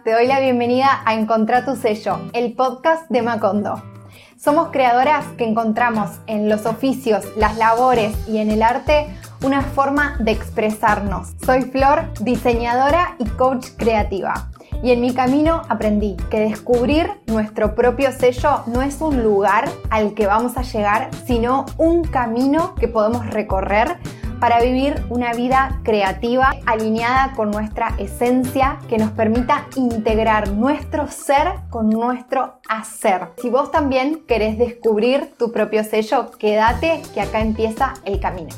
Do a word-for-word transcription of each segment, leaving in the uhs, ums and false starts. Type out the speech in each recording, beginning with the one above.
Te doy la bienvenida a Encontrar tu sello, el podcast de Macondo. Somos creadoras que encontramos en los oficios, las labores y en el arte una forma de expresarnos. Soy Flor, diseñadora y coach creativa. Y en mi camino aprendí que descubrir nuestro propio sello no es un lugar al que vamos a llegar, sino un camino que podemos recorrer para vivir una vida creativa alineada con nuestra esencia que nos permita integrar nuestro ser con nuestro hacer. Si vos también querés descubrir tu propio sello, quédate que acá empieza el camino.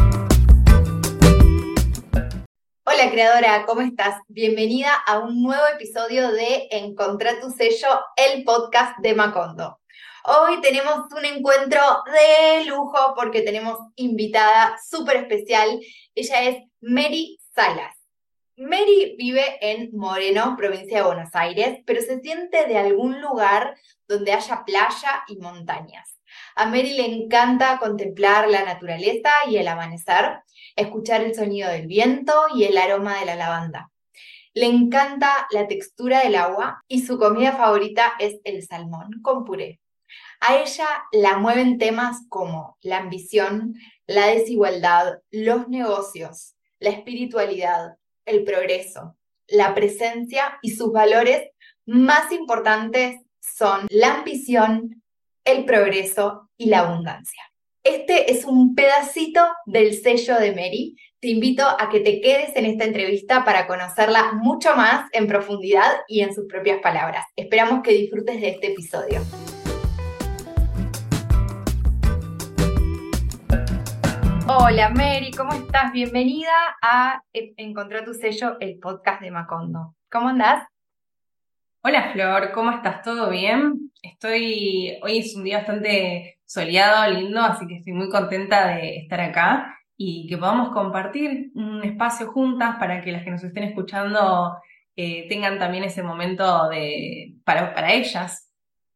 Hola creadora, ¿cómo estás? Bienvenida a un nuevo episodio de Encontrar tu sello, el podcast de Macondo. Hoy tenemos un encuentro de lujo porque tenemos invitada súper especial. Ella es Mary Salas. Mary vive en Moreno, provincia de Buenos Aires, pero se siente de algún lugar donde haya playa y montañas. A Mary le encanta contemplar la naturaleza y el amanecer, escuchar el sonido del viento y el aroma de la lavanda. Le encanta la textura del agua y su comida favorita es el salmón con puré. A ella la mueven temas como la ambición, la desigualdad, los negocios, la espiritualidad, el progreso, la presencia y sus valores más importantes son la ambición, el progreso y la abundancia. Este es un pedacito del sello de Mary. Te invito a que te quedes en esta entrevista para conocerla mucho más en profundidad y en sus propias palabras. Esperamos que disfrutes de este episodio. Hola Mary, ¿cómo estás? Bienvenida a Encontrar tu sello, el podcast de Macondo. ¿Cómo andás? Hola Flor, ¿cómo estás? ¿Todo bien? Estoy, hoy es un día bastante soleado, lindo, así que estoy muy contenta de estar acá y que podamos compartir un espacio juntas para que las que nos estén escuchando eh, tengan también ese momento de, para, para ellas.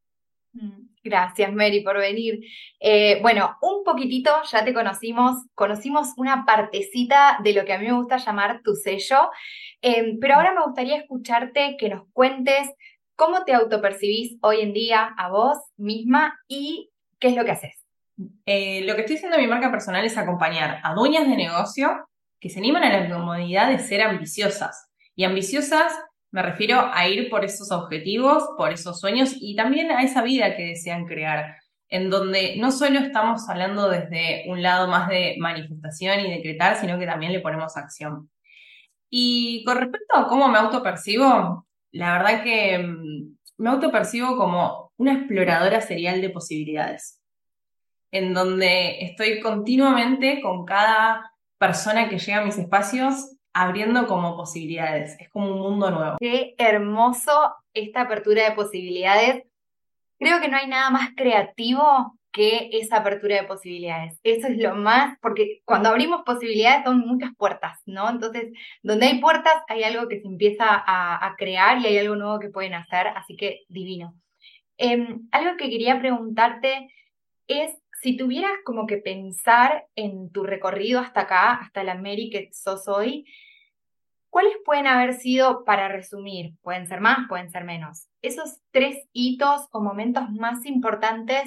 Gracias, Mary, por venir. Eh, bueno, un poquitito ya te conocimos, conocimos una partecita de lo que a mí me gusta llamar tu sello, eh, pero ahora me gustaría escucharte que nos cuentes cómo te autopercibís hoy en día a vos misma y qué es lo que haces. Eh, lo que estoy haciendo en mi marca personal es acompañar a dueñas de negocio que se animan a la comodidad de ser ambiciosas. Y ambiciosas me refiero a ir por esos objetivos, por esos sueños y también a esa vida que desean crear, en donde no solo estamos hablando desde un lado más de manifestación y decretar, sino que también le ponemos acción. Y con respecto a cómo me autopercibo, la verdad que mm, me autopercibo como una exploradora serial de posibilidades, en donde estoy continuamente con cada persona que llega a mis espacios abriendo como posibilidades. Es como un mundo nuevo. Qué hermoso esta apertura de posibilidades. Creo que no hay nada más creativo que esa apertura de posibilidades. Eso es lo más, porque cuando abrimos posibilidades son muchas puertas, ¿no? Entonces, donde hay puertas hay algo que se empieza a, a crear y hay algo nuevo que pueden hacer, así que divino. Eh, algo que quería preguntarte es si tuvieras como que pensar en tu recorrido hasta acá, hasta la Mary que sos hoy, ¿cuáles pueden haber sido, para resumir, pueden ser más, pueden ser menos, esos tres hitos o momentos más importantes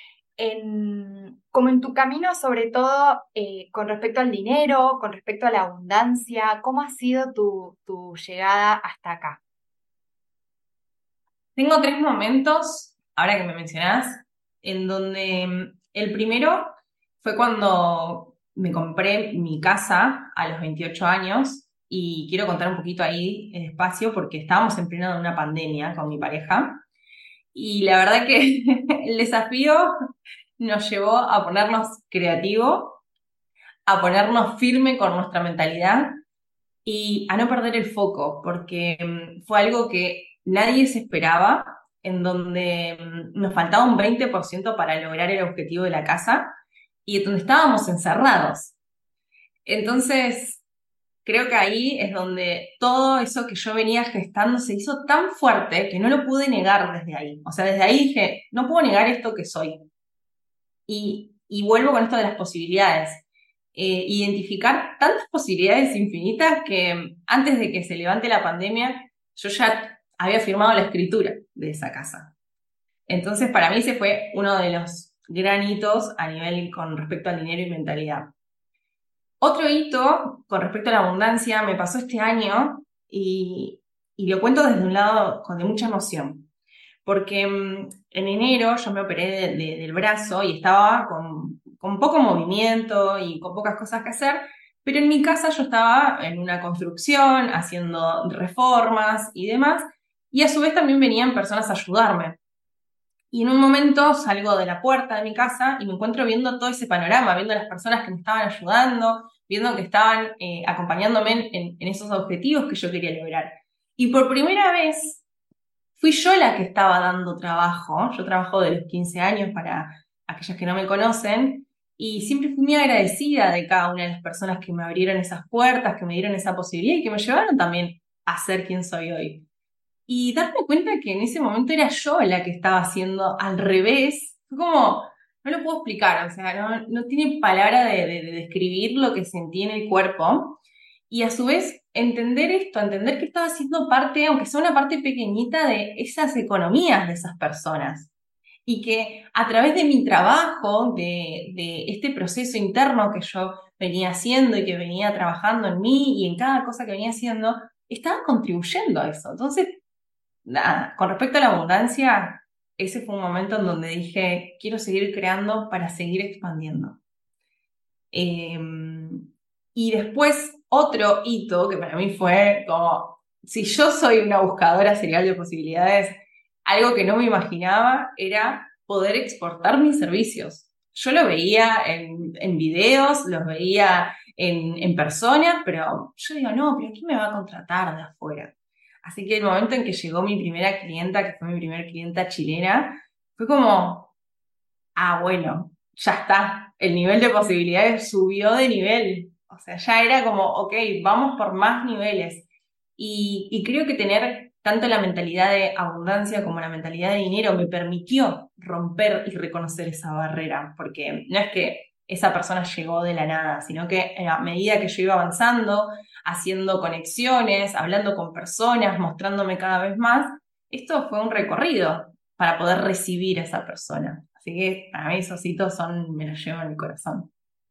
en, como en tu camino, sobre todo eh, con respecto al dinero, con respecto a la abundancia? ¿Cómo ha sido tu, tu llegada hasta acá? Tengo tres momentos, ahora que me mencionás, en donde el primero fue cuando me compré mi casa a los veintiocho años. Y quiero contar un poquito ahí despacio porque estábamos en pleno de una pandemia con mi pareja y la verdad que el desafío nos llevó a ponernos creativos, a ponernos firme con nuestra mentalidad y a no perder el foco porque mm, fue algo que nadie se esperaba, en donde mm, nos faltaba un veinte por ciento para lograr el objetivo de la casa y donde estábamos encerrados. Entonces creo que ahí es donde todo eso que yo venía gestando se hizo tan fuerte que no lo pude negar desde ahí. O sea, desde ahí dije, no puedo negar esto que soy. Y, y vuelvo con esto de las posibilidades. Eh, identificar tantas posibilidades infinitas que antes de que se levante la pandemia, yo ya había firmado la escritura de esa casa. Entonces, para mí ese fue uno de los gran hitos a nivel con respecto al dinero y mentalidad. Otro hito con respecto a la abundancia me pasó este año y, y lo cuento desde un lado con de mucha emoción. Porque mm, en enero yo me operé de- de- del brazo y estaba con, con poco movimiento y con pocas cosas que hacer, pero en mi casa yo estaba en una construcción, haciendo reformas y demás, y a su vez también venían personas a ayudarme. Y en un momento salgo de la puerta de mi casa y me encuentro viendo todo ese panorama, viendo las personas que me estaban ayudando, viendo que estaban eh, acompañándome en, en en esos objetivos que yo quería lograr. Y por primera vez fui yo la que estaba dando trabajo. Yo trabajo de los quince años para aquellos que no me conocen y siempre fui muy agradecida de cada una de las personas que me abrieron esas puertas, que me dieron esa posibilidad y que me llevaron también a ser quien soy hoy. Y darme cuenta que en ese momento era yo la que estaba haciendo al revés, fue como, no lo puedo explicar, o sea, no, no tiene palabra de, de, de describir lo que sentí en el cuerpo. Y a su vez, entender esto, entender que estaba siendo parte, aunque sea una parte pequeñita, de esas economías de esas personas. Y que a través de mi trabajo, de, de este proceso interno que yo venía haciendo y que venía trabajando en mí y en cada cosa que venía haciendo, estaba contribuyendo a eso. Entonces, nada, con respecto a la abundancia, ese fue un momento en donde dije, quiero seguir creando para seguir expandiendo. Eh, y después otro hito que para mí fue como, si yo soy una buscadora serial de posibilidades, algo que no me imaginaba era poder exportar mis servicios. Yo lo veía en, en videos, los veía en, en personas, pero yo digo, no, pero ¿quién me va a contratar de afuera? Así que el momento en que llegó mi primera clienta, que fue mi primera clienta chilena, fue como, ah, bueno, ya está, el nivel de posibilidades subió de nivel. O sea, ya era como, ok, vamos por más niveles. Y, y creo que tener tanto la mentalidad de abundancia como la mentalidad de dinero me permitió romper y reconocer esa barrera, porque no es que esa persona llegó de la nada, sino que a medida que yo iba avanzando, haciendo conexiones, hablando con personas, mostrándome cada vez más, esto fue un recorrido para poder recibir a esa persona. Así que para mí esos hitos son, me los llevo en el corazón.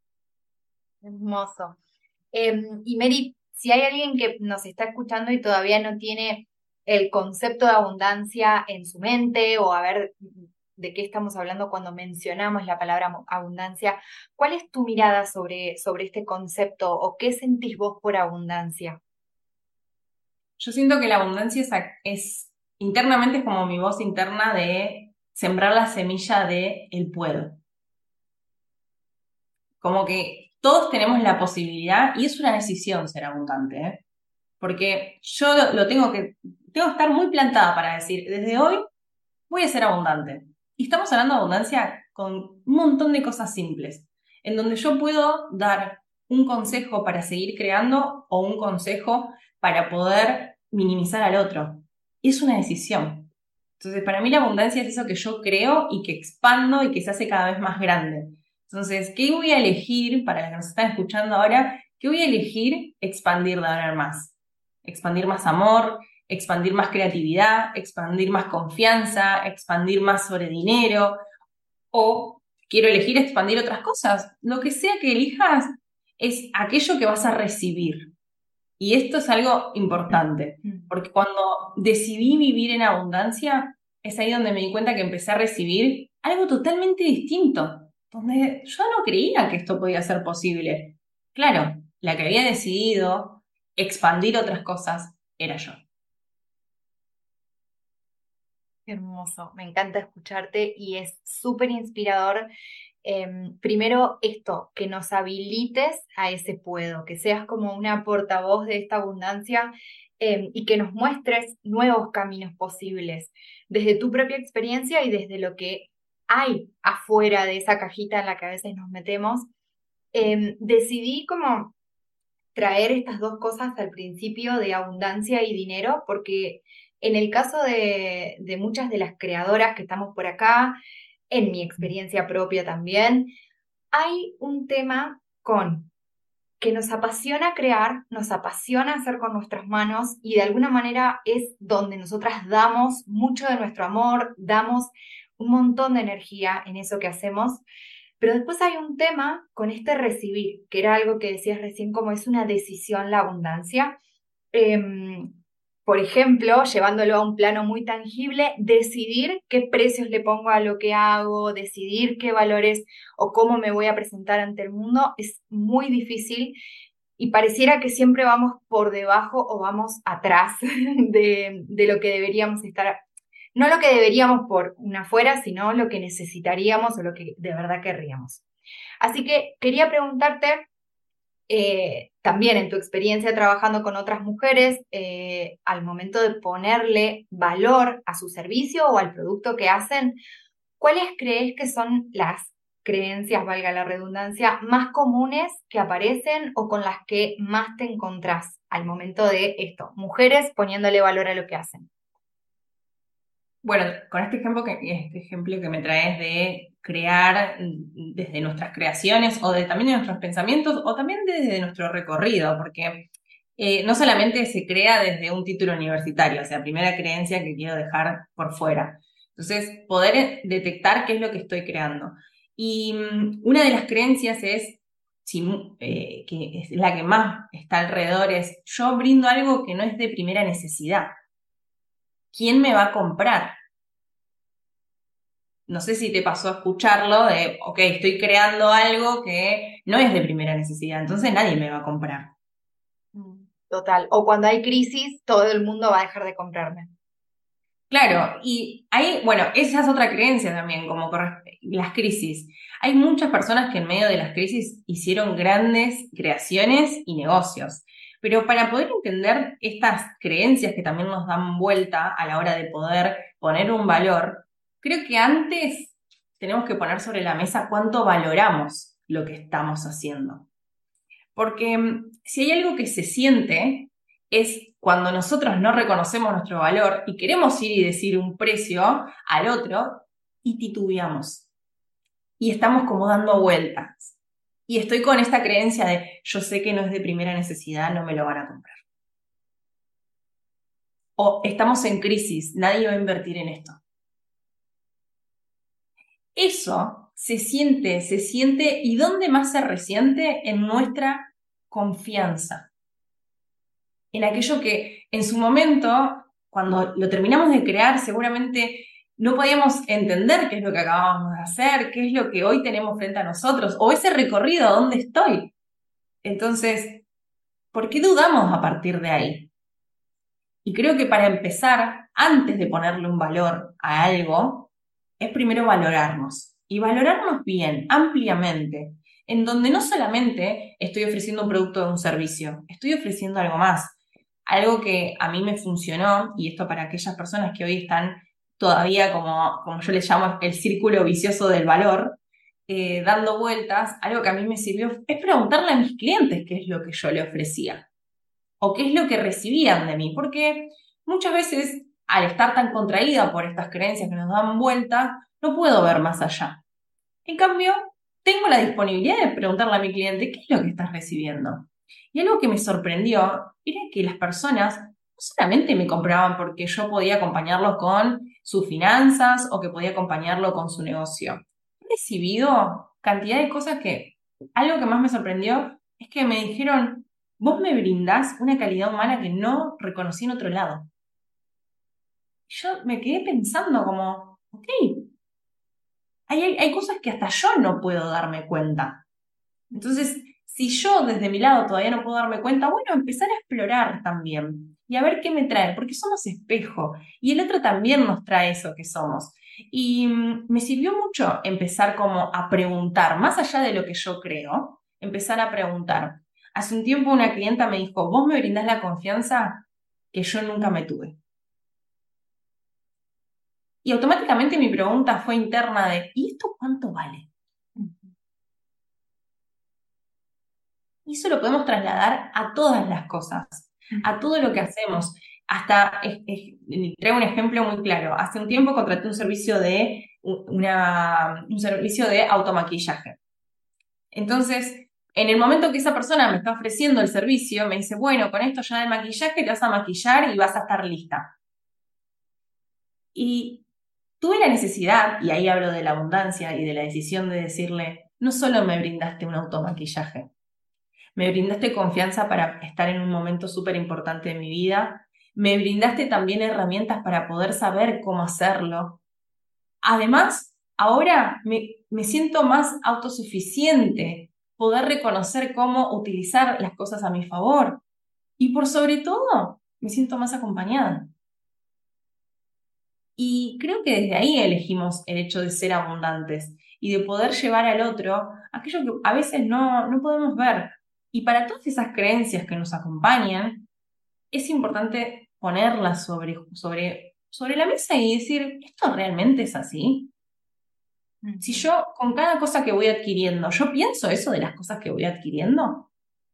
Hermoso. Em, y Mary, si hay alguien que nos está escuchando y todavía no tiene el concepto de abundancia en su mente, o a ver de qué estamos hablando cuando mencionamos la palabra mo- abundancia, ¿cuál es tu mirada sobre, sobre este concepto o qué sentís vos por abundancia? Yo siento que la abundancia es, ac- es internamente es como mi voz interna de sembrar la semilla de el puedo. Como que todos tenemos la posibilidad y es una decisión ser abundante, ¿eh? Porque yo lo, lo tengo que, tengo que estar muy plantada para decir, desde hoy voy a ser abundante. Y estamos hablando de abundancia con un montón de cosas simples, en donde yo puedo dar un consejo para seguir creando o un consejo para poder minimizar al otro. Es una decisión. Entonces, para mí la abundancia es eso que yo creo y que expando y que se hace cada vez más grande. Entonces, ¿qué voy a elegir para los que nos están escuchando ahora? ¿Qué voy a elegir? Expandir de ahora en más. Expandir más amor, expandir más creatividad, expandir más confianza, expandir más sobre dinero, o quiero elegir expandir otras cosas. Lo que sea que elijas es aquello que vas a recibir. Y esto es algo importante, Mm. porque cuando decidí vivir en abundancia, es ahí donde me di cuenta que empecé a recibir algo totalmente distinto, donde yo no creía que esto podía ser posible. Claro, la que había decidido expandir otras cosas era yo. Qué hermoso, me encanta escucharte y es súper inspirador. Em, primero esto, que nos habilites a ese puedo, que seas como una portavoz de esta abundancia, em, y que nos muestres nuevos caminos posibles desde tu propia experiencia y desde lo que hay afuera de esa cajita en la que a veces nos metemos. Em, decidí como traer estas dos cosas al principio de abundancia y dinero, porque en el caso de, de muchas de las creadoras que estamos por acá, en mi experiencia propia también, hay un tema con que nos apasiona crear, nos apasiona hacer con nuestras manos y de alguna manera es donde nosotras damos mucho de nuestro amor, damos un montón de energía en eso que hacemos. Pero después hay un tema con este recibir, que era algo que decías recién, como es una decisión la abundancia. Em, por ejemplo, llevándolo a un plano muy tangible, decidir qué precios le pongo a lo que hago, decidir qué valores o cómo me voy a presentar ante el mundo, es muy difícil y pareciera que siempre vamos por debajo o vamos atrás de, de lo que deberíamos estar, no lo que deberíamos por una afuera, sino lo que necesitaríamos o lo que de verdad querríamos. Así que quería preguntarte, eh, también en tu experiencia trabajando con otras mujeres, eh, al momento de ponerle valor a su servicio o al producto que hacen, ¿cuáles crees que son las creencias, valga la redundancia, más comunes que aparecen o con las que más te encontrás al momento de esto? Mujeres poniéndole valor a lo que hacen. Bueno, con este ejemplo que, este ejemplo que me traes de crear desde nuestras creaciones o de, también de nuestros pensamientos o también desde nuestro recorrido, porque eh, no solamente se crea desde un título universitario, o sea, primera creencia que quiero dejar por fuera. Entonces, poder detectar qué es lo que estoy creando. Y um, una de las creencias es, si, eh, que es la que más está alrededor, es yo brindo algo que no es de primera necesidad. ¿Quién me va a comprar? No sé si te pasó a escucharlo de, ok, estoy creando algo que no es de primera necesidad, entonces nadie me va a comprar. Total. O cuando hay crisis, todo el mundo va a dejar de comprarme. Claro, y ahí, bueno, esa es otra creencia también, como las crisis. Hay muchas personas que en medio de las crisis hicieron grandes creaciones y negocios. Pero para poder entender estas creencias que también nos dan vuelta a la hora de poder poner un valor, creo que antes tenemos que poner sobre la mesa cuánto valoramos lo que estamos haciendo. Porque si hay algo que se siente, es cuando nosotros no reconocemos nuestro valor y queremos ir y decir un precio al otro y titubeamos. Y estamos como dando vueltas. Y estoy con esta creencia de yo sé que no es de primera necesidad, no me lo van a comprar. O estamos en crisis, nadie va a invertir en esto. Eso se siente, se siente, ¿y dónde más se resiente? En nuestra confianza. En aquello que en su momento, cuando lo terminamos de crear, seguramente no podíamos entender qué es lo que acabábamos de hacer, qué es lo que hoy tenemos frente a nosotros, o ese recorrido, ¿dónde estoy? Entonces, ¿por qué dudamos a partir de ahí? Y creo que para empezar, antes de ponerle un valor a algo, es primero valorarnos. Y valorarnos bien, ampliamente, en donde no solamente estoy ofreciendo un producto o un servicio, estoy ofreciendo algo más. Algo que a mí me funcionó, y esto para aquellas personas que hoy están todavía como, como yo les llamo, el círculo vicioso del valor, eh, dando vueltas, algo que a mí me sirvió es preguntarle a mis clientes qué es lo que yo le ofrecía o qué es lo que recibían de mí, porque muchas veces al estar tan contraída por estas creencias que nos dan vuelta, no puedo ver más allá. En cambio, tengo la disponibilidad de preguntarle a mi cliente qué es lo que estás recibiendo. Y algo que me sorprendió era que las personas no solamente me compraban porque yo podía acompañarlos con sus finanzas o que podía acompañarlo con su negocio. He recibido cantidad de cosas que, algo que más me sorprendió es que me dijeron, vos me brindás una calidad humana que no reconocí en otro lado. Yo me quedé pensando como, ok, hay, hay, hay cosas que hasta yo no puedo darme cuenta. Entonces, si yo desde mi lado todavía no puedo darme cuenta, bueno, empezar a explorar también y a ver qué me trae, porque somos espejo y el otro también nos trae eso que somos. Y mm, me sirvió mucho empezar como a preguntar, más allá de lo que yo creo, empezar a preguntar. Hace un tiempo una clienta me dijo, vos me brindás la confianza que yo nunca me tuve. Y automáticamente mi pregunta fue interna de, ¿y esto cuánto vale? Y eso lo podemos trasladar a todas las cosas, a todo lo que hacemos. Hasta, es, es, traigo un ejemplo muy claro. Hace un tiempo contraté un servicio de, una, un servicio de automaquillaje. Entonces, En el momento que esa persona me está ofreciendo el servicio, me dice, bueno, con esto ya del maquillaje te vas a maquillar y vas a estar lista. Y tuve la necesidad, y ahí hablo de la abundancia y de la decisión de decirle, no solo me brindaste un automaquillaje, me brindaste confianza para estar en un momento súper importante de mi vida, me brindaste también herramientas para poder saber cómo hacerlo. Además, ahora me, me siento más autosuficiente, poder reconocer cómo utilizar las cosas a mi favor. Y por sobre todo, me siento más acompañada. Y creo que desde ahí elegimos el hecho de ser abundantes y de poder llevar al otro aquello que a veces no, no podemos ver. Y para todas esas creencias que nos acompañan, es importante ponerlas sobre, sobre, sobre la mesa y decir, ¿esto realmente es así? Si Ujú. yo, con cada cosa que voy adquiriendo, yo pienso eso de las cosas que voy adquiriendo.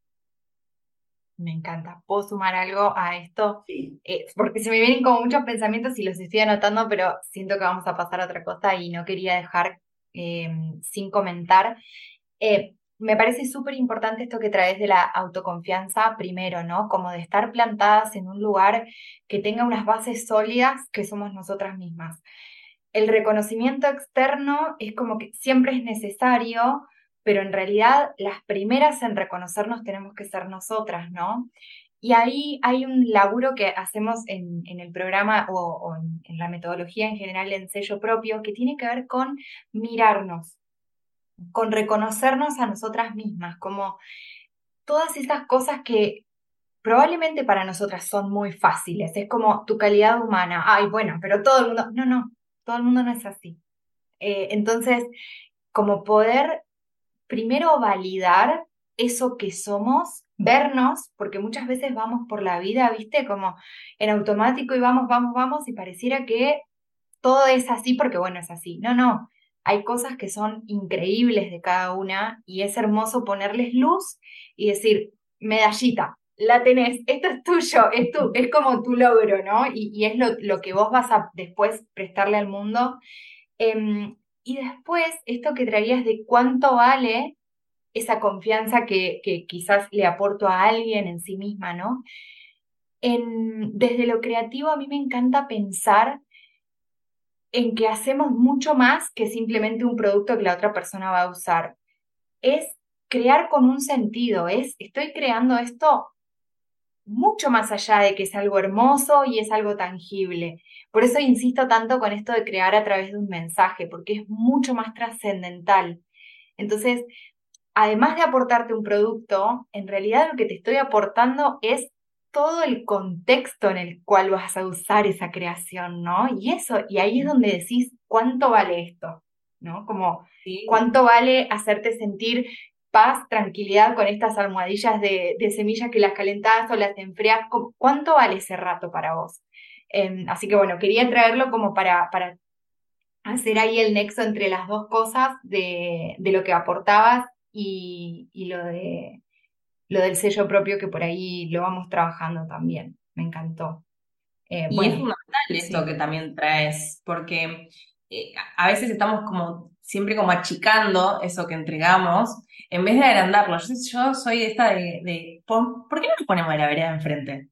Me encanta. ¿Puedo sumar algo a esto? Sí. Eh, porque se me vienen como muchos pensamientos y los estoy anotando, pero siento que vamos a pasar a otra cosa y no quería dejar eh, sin comentar. Eh, me parece súper importante esto que traes de la autoconfianza primero, ¿no? Como de estar plantadas en un lugar que tenga unas bases sólidas que somos nosotras mismas. El reconocimiento externo es como que siempre es necesario, pero en realidad las primeras en reconocernos tenemos que ser nosotras, ¿no? Y ahí hay un laburo que hacemos en, en el programa o, o en, en la metodología en general en sello propio, que tiene que ver con mirarnos, con reconocernos a nosotras mismas, como todas esas cosas que probablemente para nosotras son muy fáciles. Es como tu calidad humana. Ay, bueno, pero todo el mundo, no, no, todo el mundo no es así. Eh, entonces, como poder primero validar eso que somos, vernos, porque muchas veces vamos por la vida, viste, como en automático y vamos, vamos, vamos, y pareciera que todo es así porque, bueno, es así. No, no, hay cosas que son increíbles de cada una y es hermoso ponerles luz y decir, medallita. La tenés, esto es tuyo, es, tu, es como tu logro, ¿no? Y, y es lo, lo que vos vas a después prestarle al mundo. Em, y después, esto que traías de cuánto vale esa confianza que, que quizás le aporto a alguien en sí misma, ¿no? En, desde lo creativo a mí me encanta pensar en que hacemos mucho más que simplemente un producto que la otra persona va a usar. Es crear con un sentido, es estoy creando esto mucho más allá de que es algo hermoso y es algo tangible. Por eso insisto tanto con esto de crear a través de un mensaje, porque es mucho más trascendental. Entonces, además de aportarte un producto, en realidad lo que te estoy aportando es todo el contexto en el cual vas a usar esa creación, ¿no? Y eso, y ahí es donde decís, ¿cuánto vale esto? ¿No? Como, Sí. ¿cuánto vale hacerte sentir paz, tranquilidad con estas almohadillas de, de semillas que las calentás o las enfriás? ¿Cuánto vale ese rato para vos? Eh, así que bueno, quería traerlo como para, para hacer ahí el nexo entre las dos cosas de, de lo que aportabas y, y lo de lo del sello propio que por ahí lo vamos trabajando también. Me encantó. Eh, Y es bueno, fundamental esto sí. que también traes, porque eh, a a veces estamos como siempre como achicando eso que entregamos, en vez de agrandarlo. Yo, yo soy esta de, de ¿por, ¿por qué no nos ponemos de la vereda enfrente?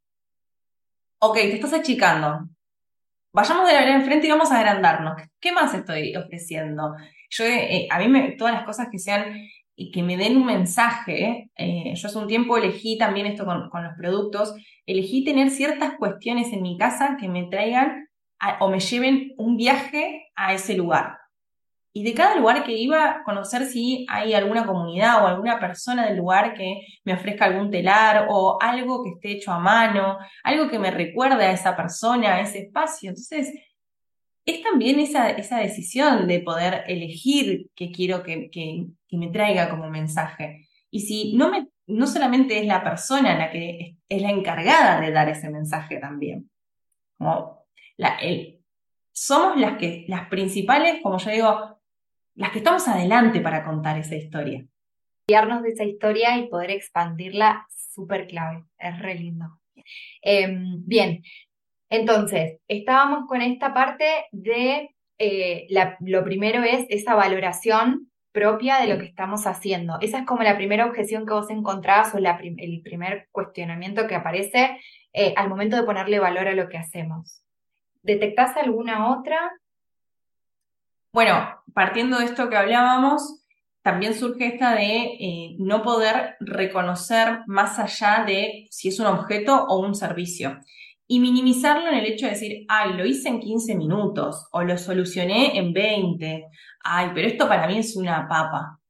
Ok, te estás achicando. Vayamos de la vereda enfrente y vamos a agrandarnos. ¿Qué más estoy ofreciendo? Yo, eh, a mí me, todas las cosas que sean y que me den un mensaje, eh, yo hace un tiempo elegí también esto con, con los productos, elegí tener ciertas cuestiones en mi casa que me traigan a- o me lleven un viaje a ese lugar. Y de cada lugar que iba, conocer si hay alguna comunidad o alguna persona del lugar que me ofrezca algún telar o algo que esté hecho a mano, algo que me recuerde a esa persona, a ese espacio. Entonces, es también esa, esa decisión de poder elegir qué quiero que, que, que me traiga como mensaje. Y si no me, no solamente es la persona la que es, es la encargada de dar ese mensaje también. Como la, el- somos las que, las principales, como yo digo, las que estamos adelante para contar esa historia. Guiarnos de esa historia y poder expandirla, súper clave. Es re lindo. Eh, bien, entonces, estábamos con esta parte de, eh, la- lo primero es esa valoración propia de lo que estamos haciendo. Esa es como la primera objeción que vos encontrás o la prim- el primer cuestionamiento que aparece eh, al momento de ponerle valor a lo que hacemos. ¿Detectás alguna otra? Bueno, partiendo de esto que hablábamos, también surge esta de eh, no poder reconocer más allá de si es un objeto o un servicio. Y minimizarlo en el hecho de decir, ay, lo hice en quince minutos o lo solucioné en veinte. Ay, pero esto para mí es una papa.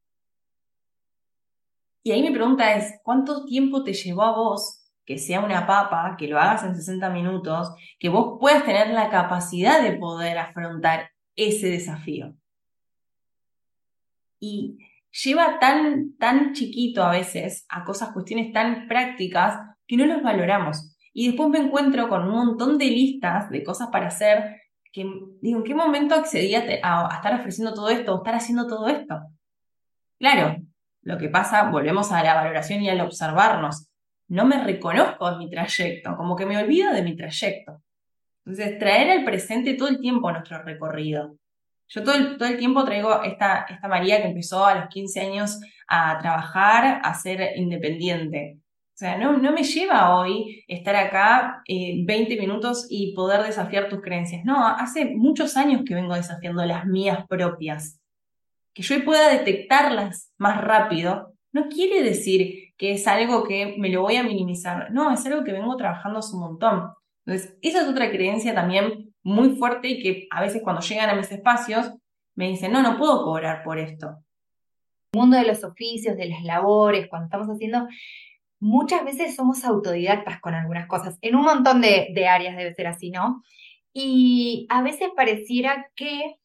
Y ahí mi pregunta es, ¿cuánto tiempo te llevó a vos que sea una papa, que lo hagas en sesenta minutos, que vos puedas tener la capacidad de poder afrontar ese desafío? Y lleva tan, tan chiquito a veces a cosas, cuestiones tan prácticas que no los valoramos. Y después me encuentro con un montón de listas de cosas para hacer que digo, ¿en qué momento accedí a, te- a- a estar ofreciendo todo esto o estar haciendo todo esto? Claro, lo que pasa, volvemos a la valoración y al observarnos. No me reconozco en mi trayecto, como que me olvido de mi trayecto. Entonces, traer al presente todo el tiempo nuestro recorrido. Yo todo el, todo el tiempo traigo esta, esta María que empezó a los quince años a trabajar, a ser independiente. O sea, no, no me lleva hoy estar acá eh, veinte minutos y poder desafiar tus creencias. No, hace muchos años que vengo desafiando las mías propias. Que yo pueda detectarlas más rápido, no quiere decir que es algo que me lo voy a minimizar. No, es algo que vengo trabajando hace un montón. Entonces, esa es otra creencia también muy fuerte y que a veces cuando llegan a mis espacios me dicen, no, no puedo cobrar por esto. El mundo de los oficios, de las labores, cuando estamos haciendo, muchas veces somos autodidactas con algunas cosas. En un montón de, de áreas debe ser así, ¿no? Y a veces pareciera que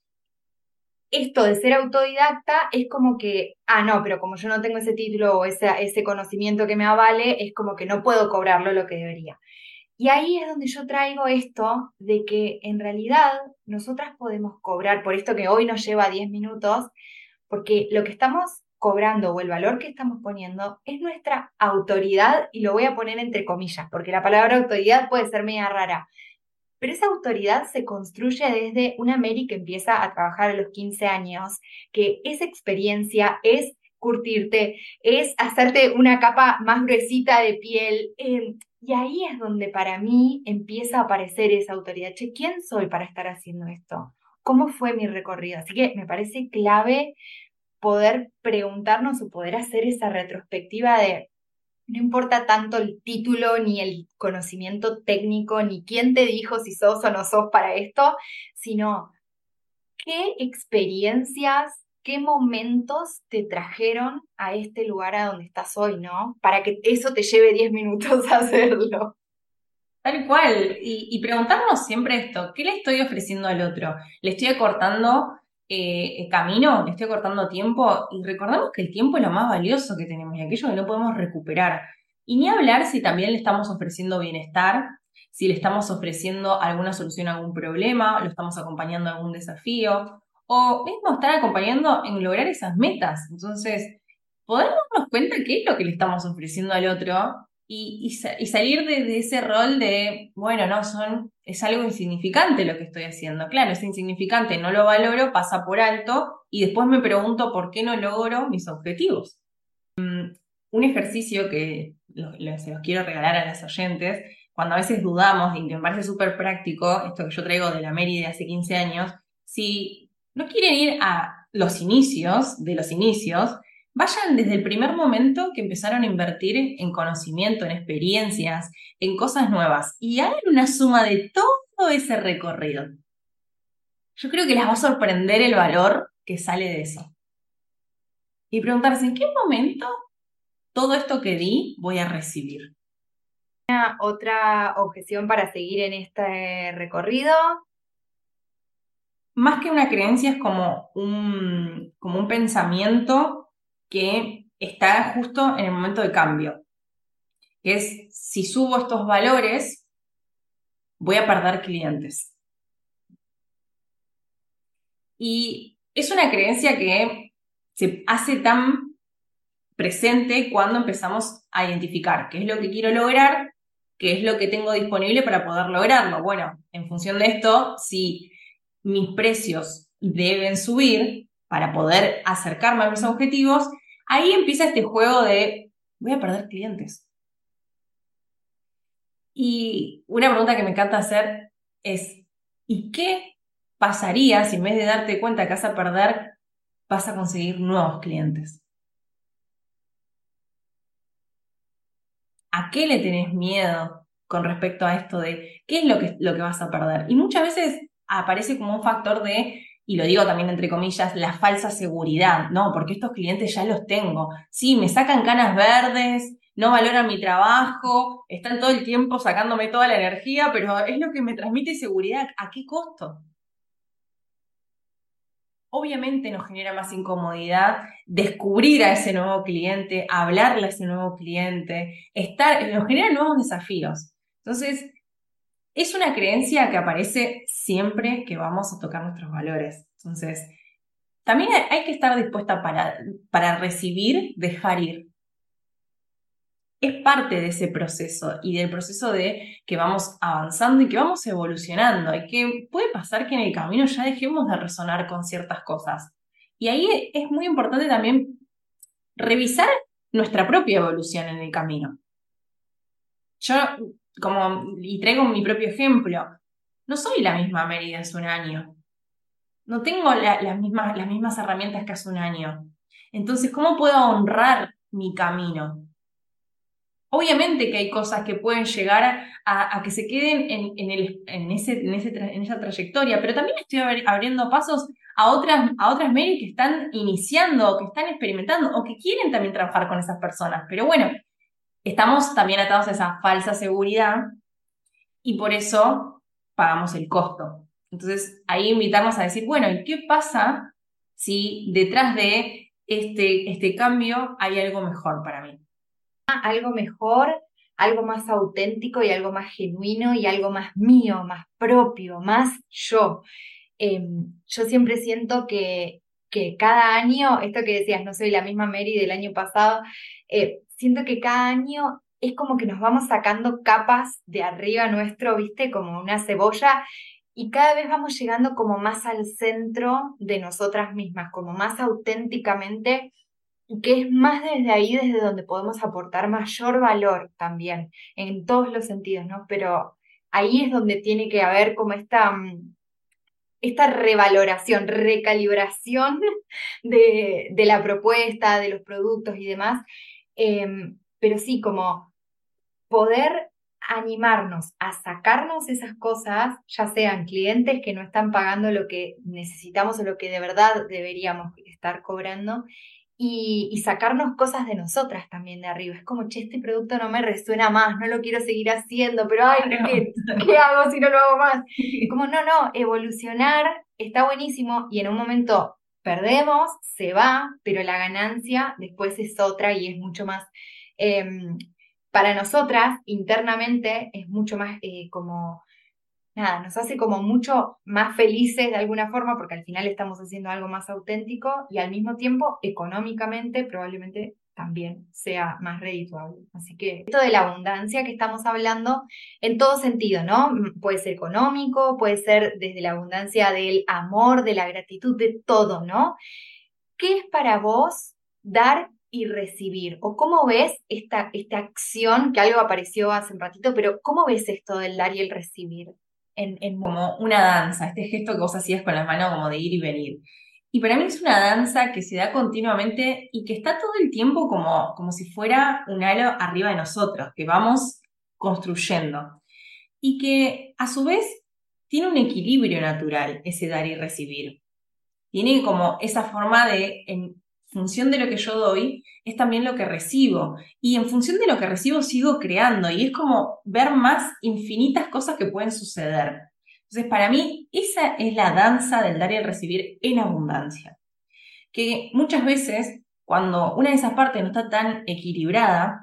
esto de ser autodidacta es como que, ah, no, pero como yo no tengo ese título o ese, ese conocimiento que me avale, es como que no puedo cobrarlo lo que debería. Y ahí es donde yo traigo esto de que en realidad nosotras podemos cobrar por esto que hoy nos lleva diez minutos, porque lo que estamos cobrando o el valor que estamos poniendo es nuestra autoridad, y lo voy a poner entre comillas, porque la palabra autoridad puede ser media rara, pero esa autoridad se construye desde una Mary que empieza a trabajar a los quince años, que esa experiencia es curtirte, es hacerte una capa más gruesita de piel. Eh, y ahí es donde para mí empieza a aparecer esa autoridad. Che, ¿quién soy para estar haciendo esto? ¿Cómo fue mi recorrido? Así que me parece clave poder preguntarnos o poder hacer esa retrospectiva de no importa tanto el título, ni el conocimiento técnico, ni quién te dijo si sos o no sos para esto, sino qué experiencias, qué momentos te trajeron a este lugar a donde estás hoy, ¿no? Para que eso te lleve diez minutos a hacerlo. Tal cual. Y, y preguntarnos siempre esto, ¿qué le estoy ofreciendo al otro? ¿Le estoy acortando eh, camino? ¿Le estoy acortando tiempo? Y recordamos que el tiempo es lo más valioso que tenemos y aquello que no podemos recuperar. Y ni hablar si también le estamos ofreciendo bienestar, si le estamos ofreciendo alguna solución a algún problema, lo estamos acompañando a algún desafío, o mismo estar acompañando en lograr esas metas. Entonces, poder darnos cuenta qué es lo que le estamos ofreciendo al otro y, y sa- y salir de, de ese rol de, bueno, no, son, es algo insignificante lo que estoy haciendo. Claro, es insignificante, no lo valoro, pasa por alto y después me pregunto por qué no logro mis objetivos. Un ejercicio que lo- lo- se los quiero regalar a las oyentes, cuando a veces dudamos y que me parece súper práctico, esto que yo traigo de la Mary de hace quince años, si no quieren ir a los inicios de los inicios, vayan desde el primer momento que empezaron a invertir en conocimiento, en experiencias, en cosas nuevas y hagan una suma de todo ese recorrido. Yo creo que les va a sorprender el valor que sale de eso. Y preguntarse, ¿en qué momento todo esto que di voy a recibir? Otra objeción para seguir en este recorrido. Más que una creencia es como un, como un pensamiento que está justo en el momento de cambio, que es, si subo estos valores, voy a perder clientes. Y es una creencia que se hace tan presente cuando empezamos a identificar qué es lo que quiero lograr, qué es lo que tengo disponible para poder lograrlo. Bueno, en función de esto, si mis precios deben subir, para poder acercarme a mis objetivos, ahí empieza este juego de voy a perder clientes. Y una pregunta que me encanta hacer es, ¿y qué pasaría si en vez de darte cuenta que vas a perder, vas a conseguir nuevos clientes? ¿A qué le tenés miedo con respecto a esto de qué es lo que, lo que vas a perder? Y muchas veces aparece como un factor de, y lo digo también entre comillas, la falsa seguridad, ¿no? Porque estos clientes ya los tengo. Sí, me sacan canas verdes, no valoran mi trabajo, están todo el tiempo sacándome toda la energía, pero es lo que me transmite seguridad. ¿A qué costo? Obviamente nos genera más incomodidad descubrir a ese nuevo cliente, hablarle a ese nuevo cliente, estar, nos genera nuevos desafíos. Entonces, es una creencia que aparece siempre que vamos a tocar nuestros valores. Entonces, también hay, hay que estar dispuesta para, para recibir, dejar ir. Es parte de ese proceso y del proceso de que vamos avanzando y que vamos evolucionando y que puede pasar que en el camino ya dejemos de resonar con ciertas cosas. Y ahí es muy importante también revisar nuestra propia evolución en el camino. Yo, como, y traigo mi propio ejemplo, no soy la misma Mary de hace un año. No tengo la- las mismas, las mismas herramientas que hace un año. Entonces, ¿cómo puedo honrar mi camino? Obviamente que hay cosas que pueden llegar a, a que se queden en, en, el, en, ese, en, ese tra- en esa trayectoria, pero también estoy abri- abriendo pasos a otras, a otras Mary que están iniciando, que están experimentando o que quieren también trabajar con esas personas. Pero bueno, estamos también atados a esa falsa seguridad y por eso pagamos el costo. Entonces ahí invitamos a decir, bueno, ¿y qué pasa si detrás de este, este cambio hay algo mejor para mí? Algo mejor, algo más auténtico y algo más genuino y algo más mío, más propio, más yo. Eh, yo siempre siento que, que cada año, esto que decías, no soy la misma Mary del año pasado, eh, siento que cada año es como que nos vamos sacando capas de arriba nuestro, ¿viste? Como una cebolla. Y cada vez vamos llegando como más al centro de nosotras mismas, como más auténticamente y que es más desde ahí, desde donde podemos aportar mayor valor también, en todos los sentidos, ¿no? Pero ahí es donde tiene que haber como esta, mm, esta revaloración, recalibración de, de la propuesta, de los productos y demás. Em, pero sí, como poder animarnos a sacarnos esas cosas, ya sean clientes que no están pagando lo que necesitamos o lo que de verdad deberíamos estar cobrando, y, y sacarnos cosas de nosotras también de arriba. Es como, che, este producto no me resuena más, no lo quiero seguir haciendo, pero ay, ¿qué, qué hago si no lo hago más? Como, no, no, evolucionar está buenísimo y en un momento perdemos, se va, pero la ganancia después es otra y es mucho más... em, para nosotras, internamente, es mucho más eh, como, nada, nos hace como mucho más felices de alguna forma, porque al final estamos haciendo algo más auténtico y al mismo tiempo, económicamente, probablemente también sea más redituable. Así que esto de la abundancia que estamos hablando en todo sentido, ¿no? Mm, Puede ser económico, puede ser desde la abundancia del amor, de la gratitud, de todo, ¿no? ¿Qué es para vos dar y recibir? ¿O cómo ves esta, esta acción, que algo apareció hace un ratito, pero cómo ves esto del dar y el recibir? En, en... Como una danza, este gesto que vos hacías con las manos como de ir y venir. Y para mí es una danza que se da continuamente y que está todo el tiempo como, como si fuera un halo arriba de nosotros, que vamos construyendo. Y que a su vez tiene un equilibrio natural ese dar y recibir. Tiene como esa forma de, en función de lo que yo doy, es también lo que recibo. Y en función de lo que recibo sigo creando. Y es como ver más infinitas cosas que pueden suceder. Entonces, para mí, esa es la danza del dar y el recibir en abundancia. Que muchas veces, cuando una de esas partes no está tan equilibrada,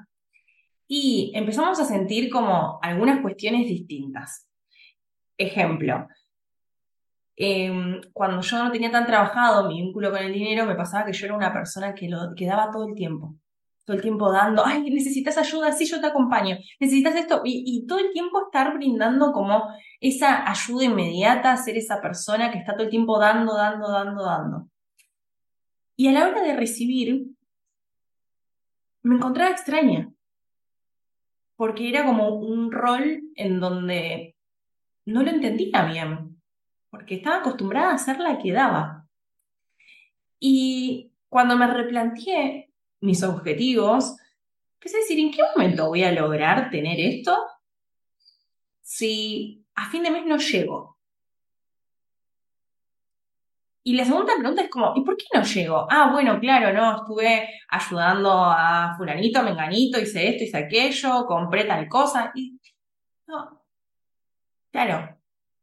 y empezamos a sentir como algunas cuestiones distintas. Ejemplo, eh, cuando yo no tenía tan trabajado mi vínculo con el dinero, me pasaba que yo era una persona que lo que daba todo el tiempo. Todo el tiempo dando, ay, necesitas ayuda, sí, yo te acompaño, necesitas esto, y, y todo el tiempo estar brindando como esa ayuda inmediata, ser esa persona que está todo el tiempo dando, dando, dando, dando. Y a la hora de recibir, me encontraba extraña, porque era como un rol en donde no lo entendía bien, porque estaba acostumbrada a ser la que daba. Y cuando me replanteé mis objetivos, empecé a decir, ¿en qué momento voy a lograr tener esto si a fin de mes no llego? Y la segunda pregunta es como, ¿y por qué no llego? Ah, bueno, claro, no, estuve ayudando a fulanito, menganito, hice esto, hice aquello, compré tal cosa. Y no, claro,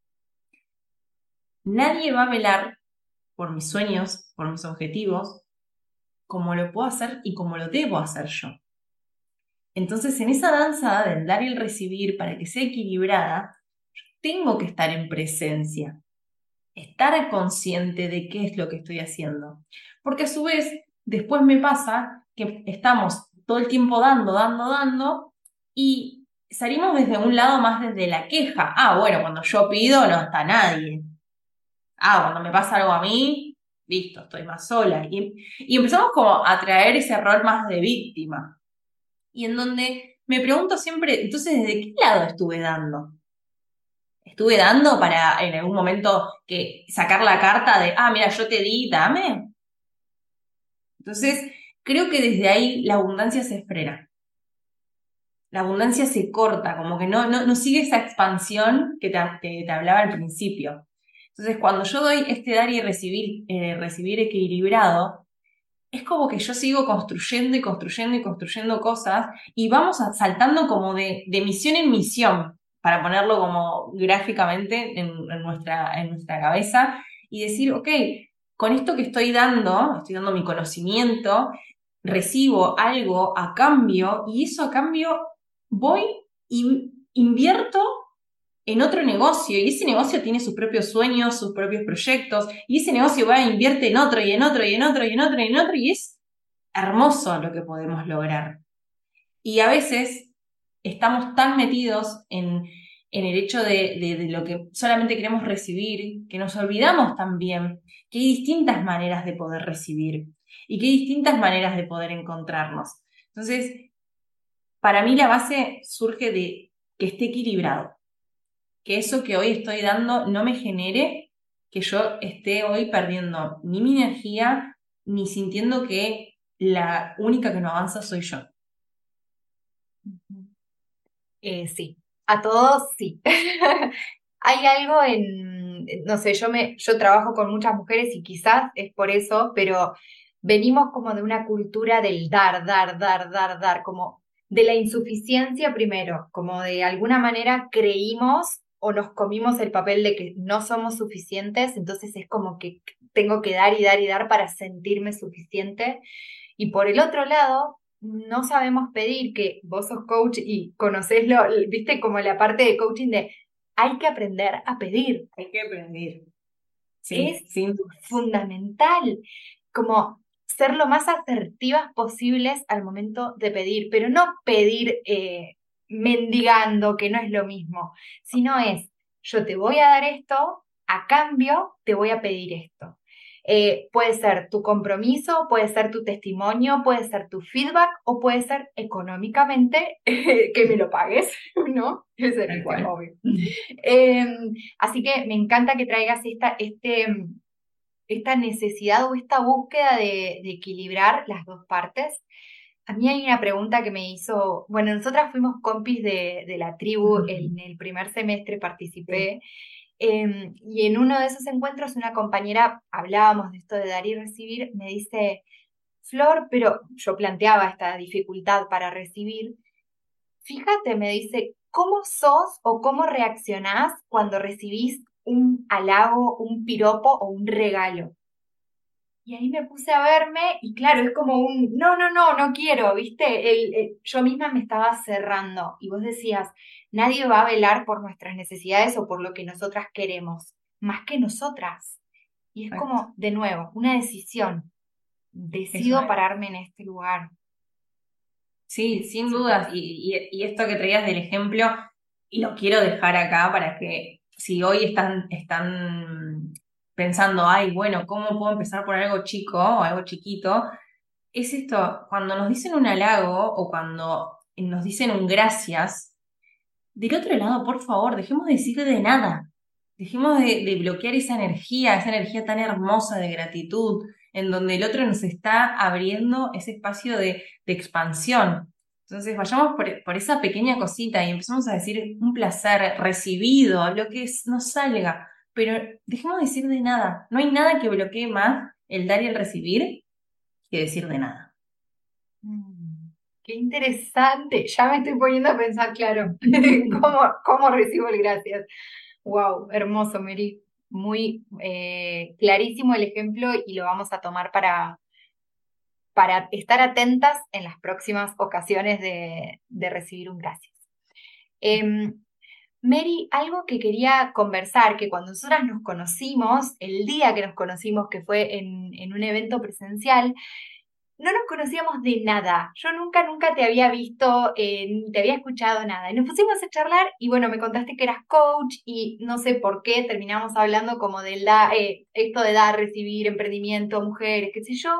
nadie va a velar por mis sueños, por mis objetivos, como lo puedo hacer y como lo debo hacer yo. Entonces, en esa danza del dar y el recibir, para que sea equilibrada, tengo que estar en presencia, estar consciente de qué es lo que estoy haciendo. Porque a su vez, después me pasa que estamos todo el tiempo dando, dando, dando, y salimos desde un lado más desde la queja. Ah, bueno, cuando yo pido no está nadie. Ah, cuando me pasa algo a mí, listo, estoy más sola. Y, y empezamos como a traer ese rol más de víctima. Y en donde me pregunto siempre, entonces, ¿desde qué lado estuve dando? ¿Estuve dando para en algún momento que sacar la carta de, ah, mira, yo te di, dame? Entonces, creo que desde ahí la abundancia se frena. La abundancia se corta, como que no, no, no sigue esa expansión que te, te, te hablaba al principio. Entonces, cuando yo doy este dar y recibir, eh, recibir equilibrado, es como que yo sigo construyendo y construyendo y construyendo cosas y vamos a- saltando como de, de misión en misión, para ponerlo como gráficamente en, en nuestra, en nuestra cabeza y decir, ok, con esto que estoy dando, estoy dando mi conocimiento, recibo algo a cambio y eso a cambio voy y invierto en otro negocio y ese negocio tiene sus propios sueños, sus propios proyectos y ese negocio va e invierte en otro y en otro y en otro y en otro y en otro y es hermoso lo que podemos lograr. Y a veces estamos tan metidos en, en el hecho de, de, de lo que solamente queremos recibir que nos olvidamos también que hay distintas maneras de poder recibir y que hay distintas maneras de poder encontrarnos. Entonces, para mí la base surge de que esté equilibrado, que eso que hoy estoy dando no me genere que yo esté hoy perdiendo ni mi energía, ni sintiendo que la única que no avanza soy yo. Eh, sí, a todos sí. Hay algo en, no sé, yo me, yo trabajo con muchas mujeres y quizás es por eso, pero venimos como de una cultura del dar, dar, dar, dar, dar, como de la insuficiencia primero, como de alguna manera creímos o nos comimos el papel de que no somos suficientes, entonces es como que tengo que dar y dar y dar para sentirme suficiente. Y por el otro lado, no sabemos pedir, que vos sos coach y conocés lo, viste, como la parte de coaching de hay que aprender a pedir. Hay que aprender. Es Sí, sin duda. fundamental, como ser lo más asertivas posibles al momento de pedir, pero no pedir eh, mendigando, que no es lo mismo, sino es, yo te voy a dar esto, a cambio te voy a pedir esto. Eh, puede ser tu compromiso, puede ser tu testimonio, puede ser tu feedback o puede ser económicamente que me lo pagues, ¿no? Ese Tal es cual. obvio. Eh, Así que me encanta que traigas esta, este, esta necesidad o esta búsqueda de, de equilibrar las dos partes. A mí hay una pregunta que me hizo, bueno, nosotras fuimos compis de, de la tribu, en el primer semestre Sí. participé, eh, y en uno de esos encuentros una compañera, hablábamos de esto de dar y recibir, me dice, Flor, pero yo planteaba esta dificultad para recibir, fíjate, me dice, ¿cómo sos o cómo reaccionás cuando recibís un halago, un piropo o un regalo? Y ahí me puse a verme y claro, es como un, no, no, no, no quiero, ¿viste? El, el- yo misma me estaba cerrando y vos decías, nadie va a velar por nuestras necesidades o por lo que nosotras queremos, más que nosotras. Y es Exacto. como, de nuevo, una decisión. Eso Decido es. pararme en este lugar. Sí, Es sin súper. dudas. Y, y- y esto que traías del ejemplo, y lo quiero dejar acá para que si hoy están, están pensando, ay, bueno, ¿cómo puedo empezar por algo chico o algo chiquito? Es esto, cuando nos dicen un halago o cuando nos dicen un gracias, del otro lado, por favor, dejemos de decir de nada. Dejemos de, de bloquear esa energía, esa energía tan hermosa de gratitud, en donde el otro nos está abriendo ese espacio de, de expansión. Entonces, vayamos por, por esa pequeña cosita y empezamos a decir un placer recibido, lo que es, nos salga, pero dejemos de decir de nada. No hay nada que bloquee más el dar y el recibir que decir de nada. Mm, qué interesante. Ya me estoy poniendo a pensar, claro, cómo, cómo recibo el gracias. Wow, hermoso, Mary. Muy eh, clarísimo el ejemplo y lo vamos a tomar para, para estar atentas en las próximas ocasiones de, de recibir un gracias. Em, Mary, algo que quería conversar, que cuando nosotras nos conocimos, el día que nos conocimos, que fue en, en un evento presencial, no nos conocíamos de nada. Yo nunca, nunca te había visto, eh, ni te había escuchado nada. Y nos pusimos a charlar y bueno, me contaste que eras coach y no sé por qué terminamos hablando como de la, eh, esto de dar, recibir, emprendimiento, mujeres, qué sé yo.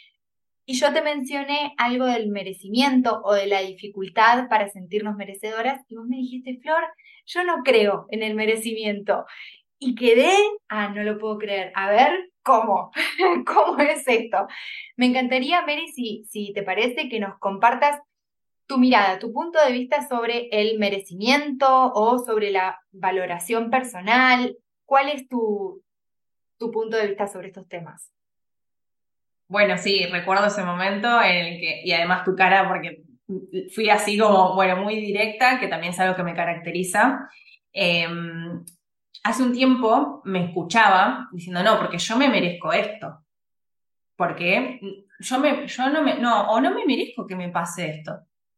Y yo te mencioné algo del merecimiento o de la dificultad para sentirnos merecedoras y vos me dijiste, Flor, yo no creo en el merecimiento. Y quedé, ah, no lo puedo creer. A ver, ¿cómo? ¿Cómo es esto? Me encantaría, Mary, si, si te parece que nos compartas tu mirada, tu punto de vista sobre el merecimiento o sobre la valoración personal. ¿Cuál es tu, tu punto de vista sobre estos temas? Bueno, sí, recuerdo ese momento en el que, y además tu cara, porque fui así como, bueno, muy directa, que también es algo que me caracteriza. Eh, Hace un tiempo me escuchaba diciendo, no, porque yo me merezco esto, porque yo, me, yo no me, no, o no me merezco que me pase esto.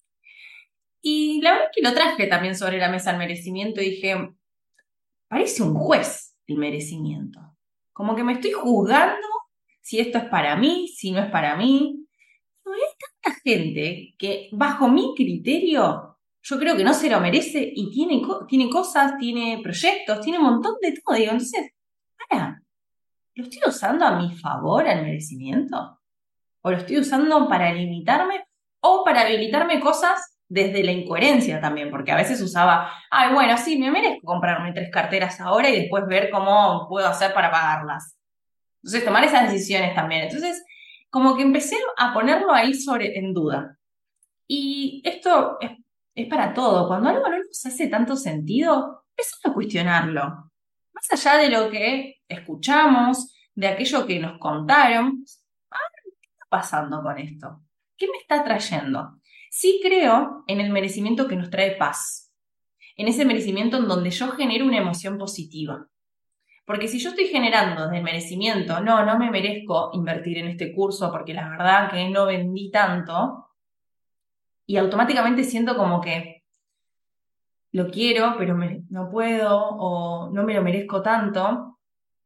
Y la verdad es que lo traje también sobre la mesa el merecimiento y dije, parece un juez el merecimiento. Como que me estoy juzgando si esto es para mí, si no es para mí. Pero hay tanta gente que bajo mi criterio yo creo que no se lo merece y tiene, tiene cosas, tiene proyectos, tiene un montón de todo. Digo, entonces, para, ¿lo estoy usando a mi favor al merecimiento? ¿O lo estoy usando para limitarme o para habilitarme cosas desde la incoherencia también? Porque a veces usaba, ay, bueno, sí, me merezco comprarme tres carteras ahora y después ver cómo puedo hacer para pagarlas. Entonces, tomar esas decisiones también. Entonces, como que empecé a ponerlo ahí sobre, en duda. Y esto es, es para todo. Cuando algo no nos hace tanto sentido, empezamos a cuestionarlo. Más allá de lo que escuchamos, de aquello que nos contaron, pasando con esto? ¿Qué me está trayendo? Sí creo en el merecimiento que nos trae paz, en ese merecimiento en donde yo genero una emoción positiva. Porque si yo estoy generando desde el merecimiento, no, no me merezco invertir en este curso porque la verdad que no vendí tanto, y automáticamente siento como que lo quiero, pero me- no puedo o no me lo merezco tanto,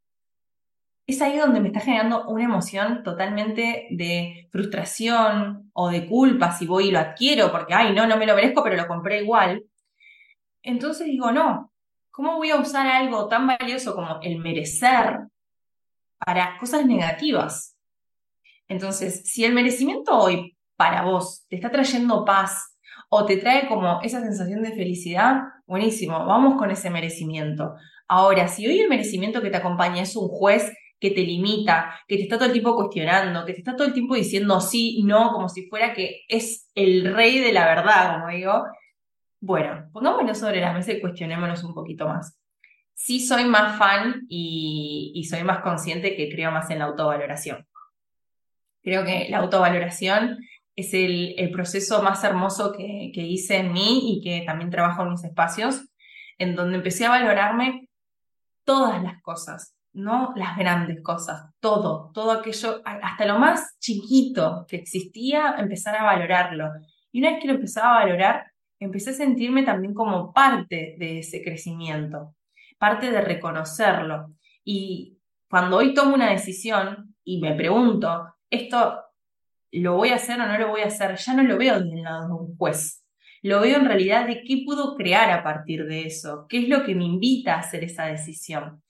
es ahí donde me está generando una emoción totalmente de frustración o de culpa si voy y lo adquiero porque, ay, no, no me lo merezco, pero lo compré igual. Entonces digo, no, ¿cómo voy a usar algo tan valioso como el merecer para cosas negativas? Entonces, si el merecimiento hoy para vos te está trayendo paz o te trae como esa sensación de felicidad, buenísimo, vamos con ese merecimiento. Ahora, si hoy el merecimiento que te acompaña es un juez que te limita, que te está todo el tiempo cuestionando, que te está todo el tiempo diciendo sí, no, como si fuera que es el rey de la verdad, como digo, bueno, pongámoslo sobre la mesa y cuestionémonos un poquito más. Sí soy más fan y, y soy más consciente que creo más en la autovaloración. Creo que la autovaloración es el, el proceso más hermoso que, que hice en mí y que también trabajo en mis espacios, en donde empecé a valorarme todas las cosas, no las grandes cosas, todo, todo aquello, hasta lo más chiquito que existía, empezar a valorarlo. Y una vez que lo empezaba a valorar, empecé a sentirme también como parte de ese crecimiento, parte de reconocerlo. Y cuando hoy tomo una decisión y me pregunto, ¿esto lo voy a hacer o no lo voy a hacer? Ya no lo veo desde el lado de un juez. Lo veo en realidad de qué puedo crear a partir de eso, qué es lo que me invita a hacer esa decisión.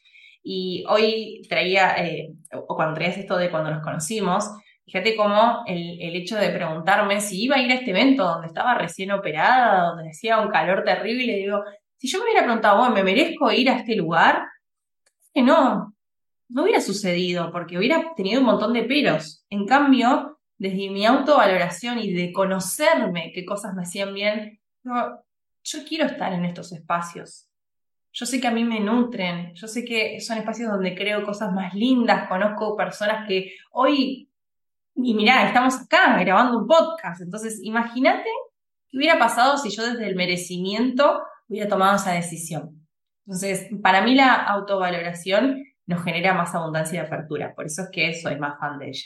Y hoy traía, eh, o cuando traías esto de cuando nos conocimos, fíjate cómo el, el hecho de preguntarme si iba a ir a este evento donde estaba recién operada, donde hacía un calor terrible, digo, si yo me hubiera preguntado, bueno, ¿me merezco ir a este lugar? Que no, no hubiera sucedido porque hubiera tenido un montón de peros. En cambio, desde mi autovaloración y de conocerme qué cosas me hacían bien, digo, yo quiero estar en estos espacios. Yo sé que a mí me nutren, yo sé que son espacios donde creo cosas más lindas, conozco personas que hoy, y mirá, estamos acá grabando un podcast, entonces imagínate qué hubiera pasado si yo desde el merecimiento hubiera tomado esa decisión. Entonces, para mí la autovaloración nos genera más abundancia y apertura, por eso es que soy más fan de ella.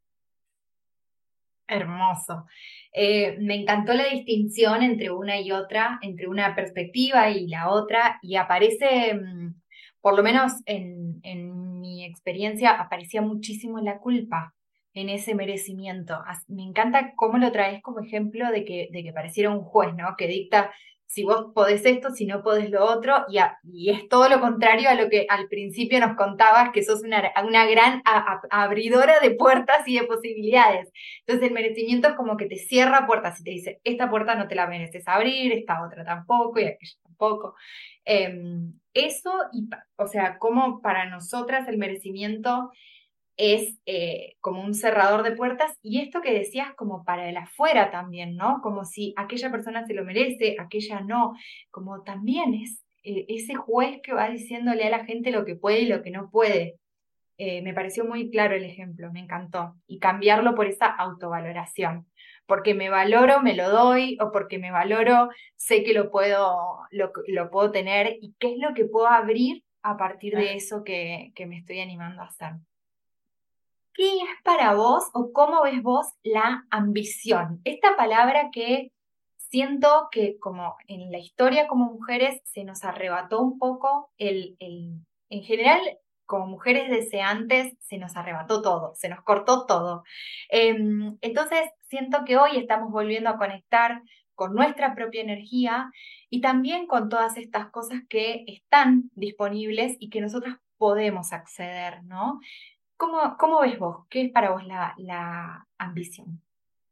Hermoso. Eh, me encantó la distinción entre una y otra, entre una perspectiva y la otra, y aparece, mm, por lo menos en, en mi experiencia, aparecía muchísimo la culpa en ese merecimiento. As- Me encanta cómo lo traes como ejemplo de que, de que pareciera un juez, ¿no? Que dicta si vos podés esto, si no podés lo otro, y, a- y es todo lo contrario a lo que al principio nos contabas, que sos una, una gran a- a- abridora de puertas y de posibilidades. Entonces el merecimiento es como que te cierra puertas y te dice, esta puerta no te la mereces abrir, esta otra tampoco y aquella tampoco. Eh, eso, y, pa- o sea, como para nosotras el merecimiento es eh, como un cerrador de puertas y esto que decías como para el afuera también, ¿no? Como si aquella persona se lo merece, aquella no, como también es eh, ese juez que va diciéndole a la gente lo que puede y lo que no puede. Eh, me pareció muy claro el ejemplo, me encantó. Y cambiarlo por esa autovaloración. Porque me valoro, me lo doy, o porque me valoro, sé que lo puedo, lo, lo puedo tener y qué es lo que puedo abrir a partir de eso que, que me estoy animando a hacer. ¿Qué es para vos o cómo ves vos la ambición? Esta palabra que siento que como en la historia como mujeres se nos arrebató un poco el, el, en general como mujeres deseantes se nos arrebató todo, se nos cortó todo. Em, entonces siento que hoy estamos volviendo a conectar con nuestra propia energía y también con todas estas cosas que están disponibles y que nosotros podemos acceder, ¿no? ¿Cómo, cómo ves vos? ¿Qué es para vos la, la ambición?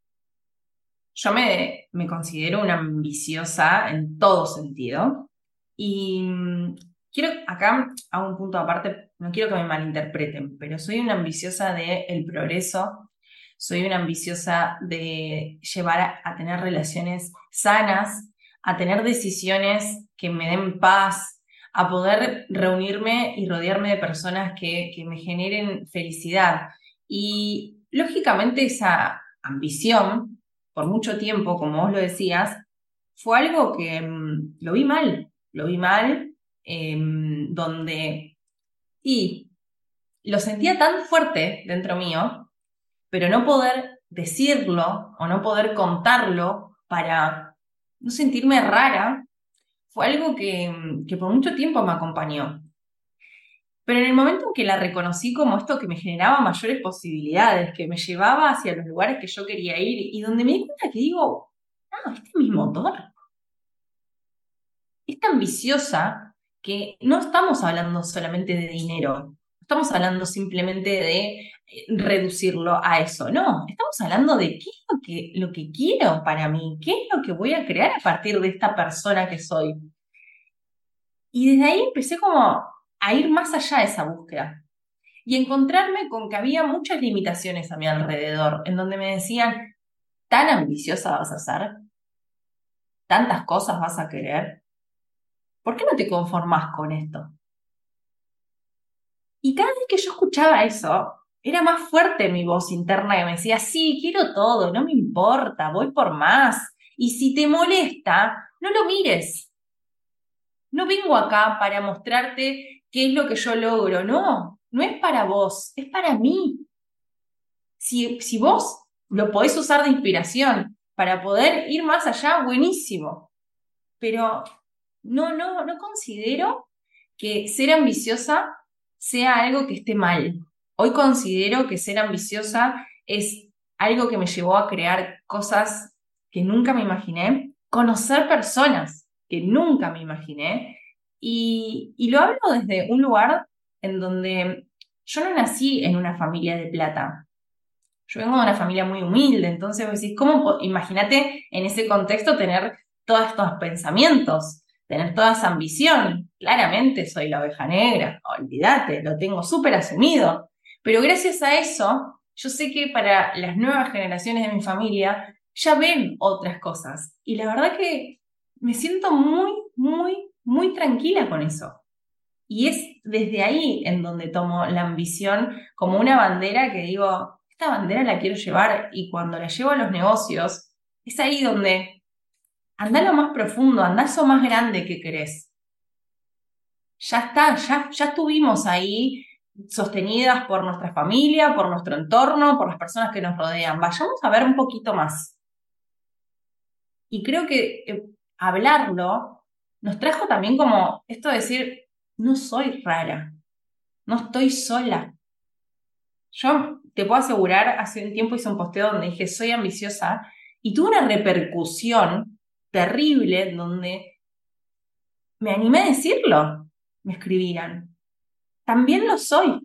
Yo me, me considero una ambiciosa en todo sentido y mm, quiero acá a un punto aparte, no quiero que me malinterpreten, pero soy una ambiciosa del progreso, soy una ambiciosa de llevar a, a tener relaciones sanas, a tener decisiones que me den paz, a poder reunirme y rodearme de personas que, que me generen felicidad. Y lógicamente esa ambición por mucho tiempo, como vos lo decías, fue algo que mm, lo vi mal, lo vi mal, em, donde, y lo sentía tan fuerte dentro mío, pero no poder decirlo o no poder contarlo para no sentirme rara, fue algo que, mm, que por mucho tiempo me acompañó. Pero en el momento en que la reconocí como esto que me generaba mayores posibilidades, que me llevaba hacia los lugares que yo quería ir y donde me di cuenta que digo, no, este es mi motor, es tan ambiciosa que no estamos hablando solamente de dinero, no estamos hablando simplemente de eh, reducirlo a eso, no, estamos hablando de qué es lo que, lo que quiero para mí, qué es lo que voy a crear a partir de esta persona que soy. Y desde ahí empecé como a ir más allá de esa búsqueda y encontrarme con que había muchas limitaciones a mi alrededor, en donde me decían, tan ambiciosa vas a ser, tantas cosas vas a querer, ¿por qué no te conformás con esto? Y cada vez que yo escuchaba eso, era más fuerte mi voz interna que me decía, sí, quiero todo, no me importa, voy por más. Y si te molesta, no lo mires. No vengo acá para mostrarte qué es lo que yo logro, no, no es para vos, es para mí. Si, si vos lo podés usar de inspiración para poder ir más allá, buenísimo. Pero no, no, no considero que ser ambiciosa sea algo que esté mal. Hoy considero que ser ambiciosa es algo que me llevó a crear cosas que nunca me imaginé, conocer personas que nunca me imaginé, y, y lo hablo desde un lugar en donde yo no nací en una familia de plata. Yo vengo de una familia muy humilde, entonces vos decís, ¿cómo? Imagínate en ese contexto tener todos estos pensamientos, tener toda esa ambición. Claramente soy la oveja negra, olvídate, lo tengo súper asumido. Pero gracias a eso, yo sé que para las nuevas generaciones de mi familia ya ven otras cosas. Y la verdad que me siento muy, muy, muy tranquila con eso. Y es desde ahí en donde tomo la ambición como una bandera que digo, esta bandera la quiero llevar y cuando la llevo a los negocios, es ahí donde andá lo más profundo, andá eso más grande que querés. Ya está, ya, ya estuvimos ahí sostenidas por nuestra familia, por nuestro entorno, por las personas que nos rodean. Vayamos a ver un poquito más. Y creo que eh, hablarlo nos trajo también como esto de decir, no soy rara, no estoy sola. Yo te puedo asegurar, hace un tiempo hice un posteo donde dije soy ambiciosa y tuve una repercusión terrible donde me animé a decirlo, me escribían. También lo soy.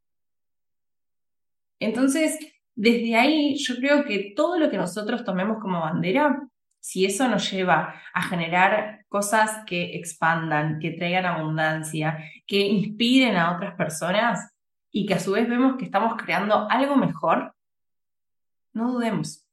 Entonces, desde ahí yo creo que todo lo que nosotros tomemos como bandera, si eso nos lleva a generar cosas que expandan, que traigan abundancia, que inspiren a otras personas y que a su vez vemos que estamos creando algo mejor, no dudemos.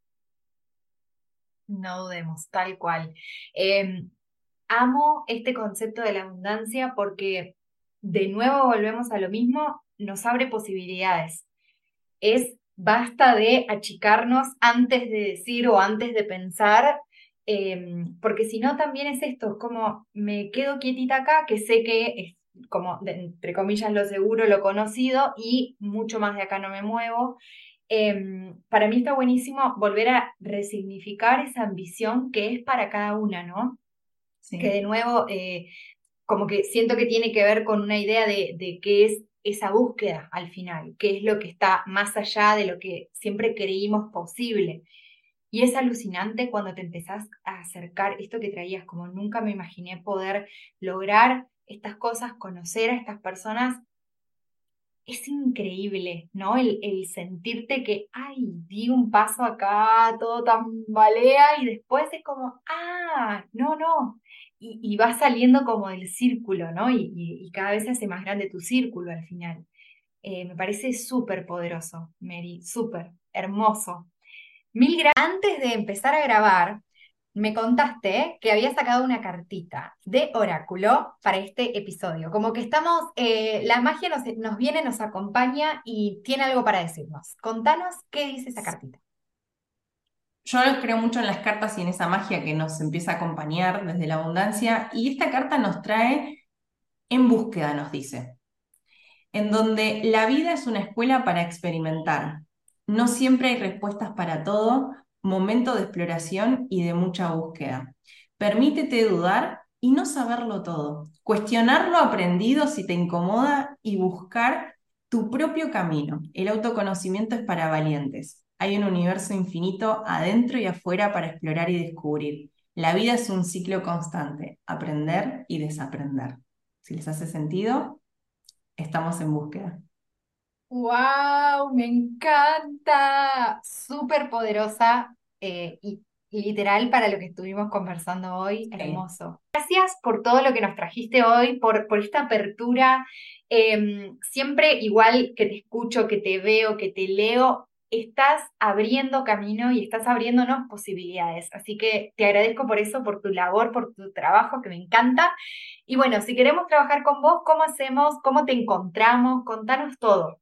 No dudemos, tal cual. Eh, amo este concepto de la abundancia porque de nuevo volvemos a lo mismo, nos abre posibilidades. Es basta de achicarnos antes de decir o antes de pensar, eh, porque si no también es esto, es como me quedo quietita acá, que sé que es como, de- entre comillas, lo seguro, lo conocido y mucho más de acá no me muevo. Eh, para mí está buenísimo volver a resignificar esa ambición que es para cada una, ¿no? Que Sí. de nuevo, eh, como que siento que tiene que ver con una idea de, de qué es esa búsqueda al final, qué es lo que está más allá de lo que siempre creímos posible. Y es alucinante cuando te empezás a acercar esto que traías, como nunca me imaginé poder lograr estas cosas, conocer a estas personas. Es increíble, ¿no? El, el sentirte que, ay, di un paso acá, todo tambalea y después es como, ah, no, no. Y, y vas saliendo como del círculo, ¿no? Y, y- y cada vez se hace más grande tu círculo al final. Eh, me parece súper poderoso, Mary, súper hermoso. Mil gracias. Antes de empezar a grabar, me contaste que había sacado una cartita de oráculo para este episodio. Como que estamos, eh, la magia nos, nos viene, nos acompaña y tiene algo para decirnos. Contanos qué dice esa cartita. Yo creo mucho en las cartas y en esa magia que nos empieza a acompañar desde la abundancia y esta carta nos trae en búsqueda, nos dice, en donde la vida es una escuela para experimentar. No siempre hay respuestas para todo, momento de exploración y de mucha búsqueda. Permítete dudar y no saberlo todo, cuestionar lo aprendido si te incomoda y buscar tu propio camino. El autoconocimiento es para valientes. Hay un universo infinito adentro y afuera para explorar y descubrir. La vida es un ciclo constante, aprender y desaprender. Si les hace sentido, estamos en búsqueda. ¡Wow! Me encanta. Súper poderosa eh, y literal para lo que estuvimos conversando hoy. Sí. Hermoso. Gracias por todo lo que nos trajiste hoy, por, por esta apertura. Eh, siempre igual que te escucho, que te veo, que te leo, estás abriendo camino y estás abriéndonos posibilidades. Así que te agradezco por eso, por tu labor, por tu trabajo, que me encanta. Y bueno, si queremos trabajar con vos, ¿cómo hacemos? ¿Cómo te encontramos? Contanos todo.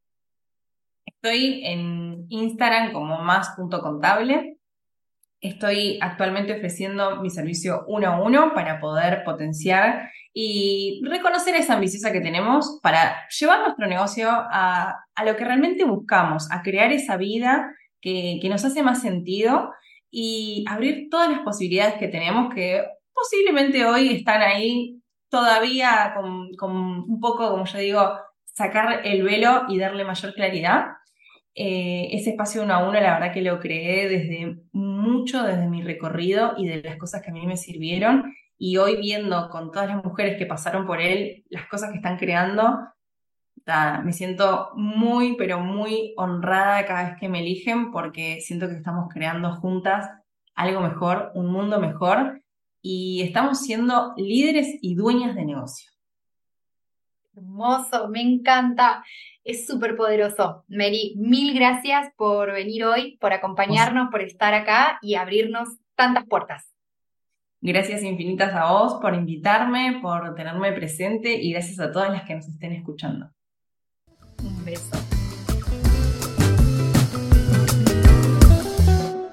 Estoy en Instagram como más.contable. Estoy actualmente ofreciendo mi servicio uno a uno para poder potenciar y reconocer esa ambiciosa que tenemos para llevar nuestro negocio a, a lo que realmente buscamos, a crear esa vida que, que nos hace más sentido y abrir todas las posibilidades que tenemos que posiblemente hoy están ahí todavía con, con un poco, como yo digo, sacar el velo y darle mayor claridad. Eh, ese espacio uno a uno, la verdad que lo creé desde mucho, desde mi recorrido y de las cosas que a mí me sirvieron. y hoy viendo con todas las mujeres que pasaron por él, las cosas que están creando, nada, me siento muy, pero muy honrada cada vez que me eligen porque siento que estamos creando juntas algo mejor, un mundo mejor y estamos siendo líderes y dueñas de negocio. Hermoso, me encanta. Es súper poderoso. Mary, mil gracias por venir hoy, por Vos- acompañarnos, por estar acá y abrirnos tantas puertas. Gracias infinitas a vos por invitarme, por tenerme presente y gracias a todas las que nos estén escuchando. Un beso.